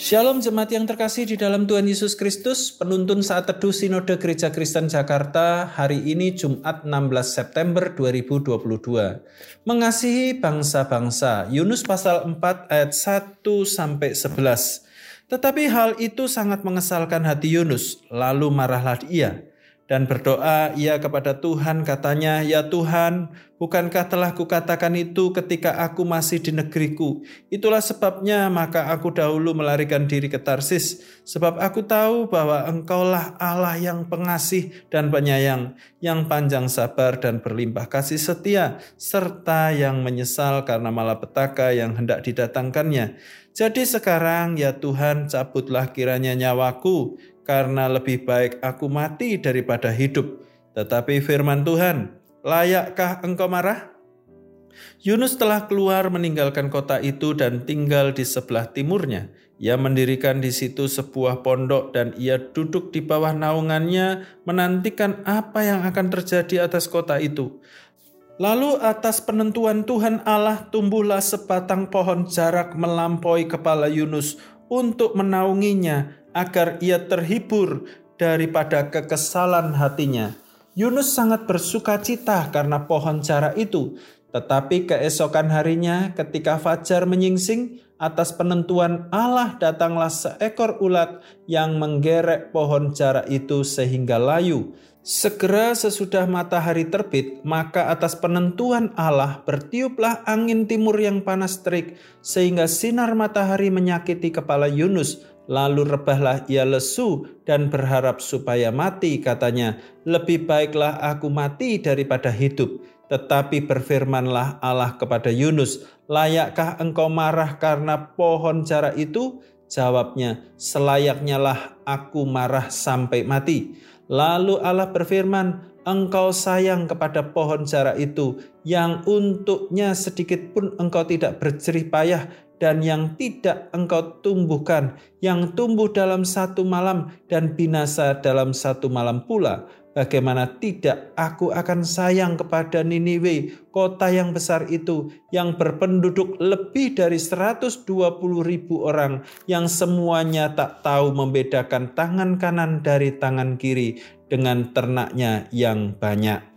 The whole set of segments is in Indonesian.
Shalom jemaat yang terkasih di dalam Tuhan Yesus Kristus, penuntun saat teduh Sinode Gereja Kristen Jakarta hari ini Jumat 16 September 2022. Mengasihi bangsa-bangsa, Yunus pasal 4 ayat 1-11. Tetapi hal itu sangat mengesalkan hati Yunus, lalu marahlah ia. Dan berdoa ia kepada Tuhan, katanya, "Ya Tuhan, bukankah telah kukatakan itu ketika aku masih di negeriku? Itulah sebabnya maka aku dahulu melarikan diri ke Tarsis, sebab aku tahu bahwa Engkaulah Allah yang pengasih dan penyayang, yang panjang sabar dan berlimpah kasih setia, serta yang menyesal karena malapetaka yang hendak didatangkannya. Jadi sekarang ya Tuhan, cabutlah kiranya nyawaku, karena lebih baik aku mati daripada hidup." Tetapi firman Tuhan, "Layakkah engkau marah?" Yunus telah keluar meninggalkan kota itu dan tinggal di sebelah timurnya. Ia mendirikan di situ sebuah pondok dan ia duduk di bawah naungannya menantikan apa yang akan terjadi atas kota itu. Lalu atas penentuan Tuhan Allah tumbuhlah sebatang pohon jarak melampaui kepala Yunus untuk menaunginya, agar ia terhibur daripada kekesalan hatinya. Yunus sangat bersukacita karena pohon jarak itu. Tetapi keesokan harinya ketika fajar menyingsing, atas penentuan Allah datanglah seekor ulat yang menggerek pohon jarak itu sehingga layu. Segera sesudah matahari terbit, maka atas penentuan Allah bertiuplah angin timur yang panas terik, sehingga sinar matahari menyakiti kepala Yunus. Lalu rebahlah ia lesu dan berharap supaya mati, katanya, "Lebih baiklah aku mati daripada hidup." Tetapi berfirmanlah Allah kepada Yunus, "Layakkah engkau marah karena pohon jarak itu?" Jawabnya, "Selayaknya lah aku marah sampai mati." Lalu Allah berfirman, "Engkau sayang kepada pohon jarak itu, yang untuknya sedikit pun engkau tidak berjerih payah, dan yang tidak engkau tumbuhkan, yang tumbuh dalam satu malam dan binasa dalam satu malam pula. Bagaimana tidak aku akan sayang kepada Niniwe, kota yang besar itu, yang berpenduduk lebih dari 120.000 orang, yang semuanya tak tahu membedakan tangan kanan dari tangan kiri, dengan ternaknya yang banyak."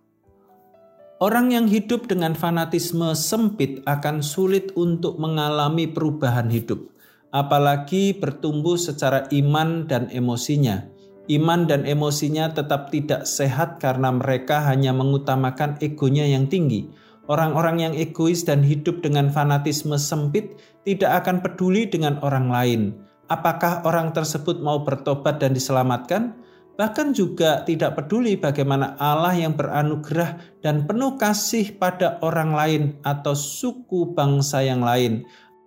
Orang yang hidup dengan fanatisme sempit akan sulit untuk mengalami perubahan hidup, apalagi bertumbuh secara iman dan emosinya. Iman dan emosinya tetap tidak sehat karena mereka hanya mengutamakan egonya yang tinggi. Orang-orang yang egois dan hidup dengan fanatisme sempit tidak akan peduli dengan orang lain. Apakah orang tersebut mau bertobat dan diselamatkan? Bahkan juga tidak peduli bagaimana Allah yang beranugerah dan penuh kasih pada orang lain atau suku bangsa yang lain.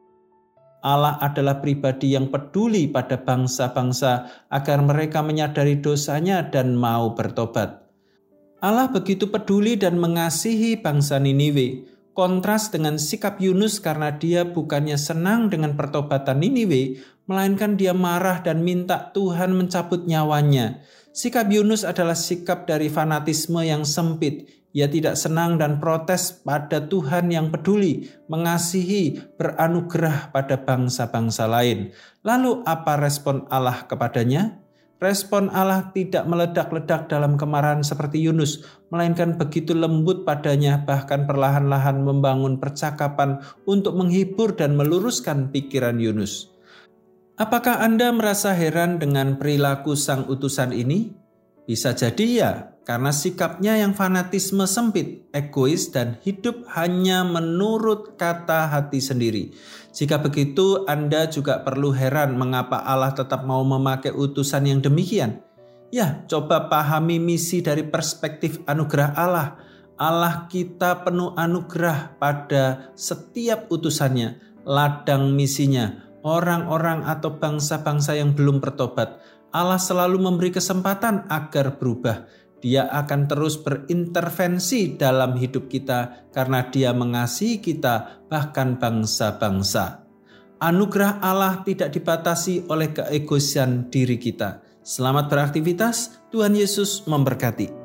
Allah adalah pribadi yang peduli pada bangsa-bangsa agar mereka menyadari dosanya dan mau bertobat. Allah begitu peduli dan mengasihi bangsa Niniwe. Kontras dengan sikap Yunus karena dia bukannya senang dengan pertobatan Niniwe, melainkan dia marah dan minta Tuhan mencabut nyawanya. Sikap Yunus adalah sikap dari fanatisme yang sempit. Ia tidak senang dan protes pada Tuhan yang peduli, mengasihi, beranugerah pada bangsa-bangsa lain. Lalu apa respon Allah kepadanya? Respon Allah tidak meledak-ledak dalam kemarahan seperti Yunus, melainkan begitu lembut padanya, bahkan perlahan-lahan membangun percakapan untuk menghibur dan meluruskan pikiran Yunus. Apakah Anda merasa heran dengan perilaku sang utusan ini? Bisa jadi ya, karena sikapnya yang fanatisme sempit, egois, dan hidup hanya menurut kata hati sendiri. Jika begitu, Anda juga perlu heran mengapa Allah tetap mau memakai utusan yang demikian. Ya, coba pahami misi dari perspektif anugerah Allah. Allah kita penuh anugerah pada setiap utusannya, ladang misinya, orang-orang atau bangsa-bangsa yang belum bertobat. Allah selalu memberi kesempatan agar berubah. Dia akan terus berintervensi dalam hidup kita karena Dia mengasihi kita, bahkan bangsa-bangsa. Anugerah Allah tidak dibatasi oleh keegoisan diri kita. Selamat beraktivitas, Tuhan Yesus memberkati.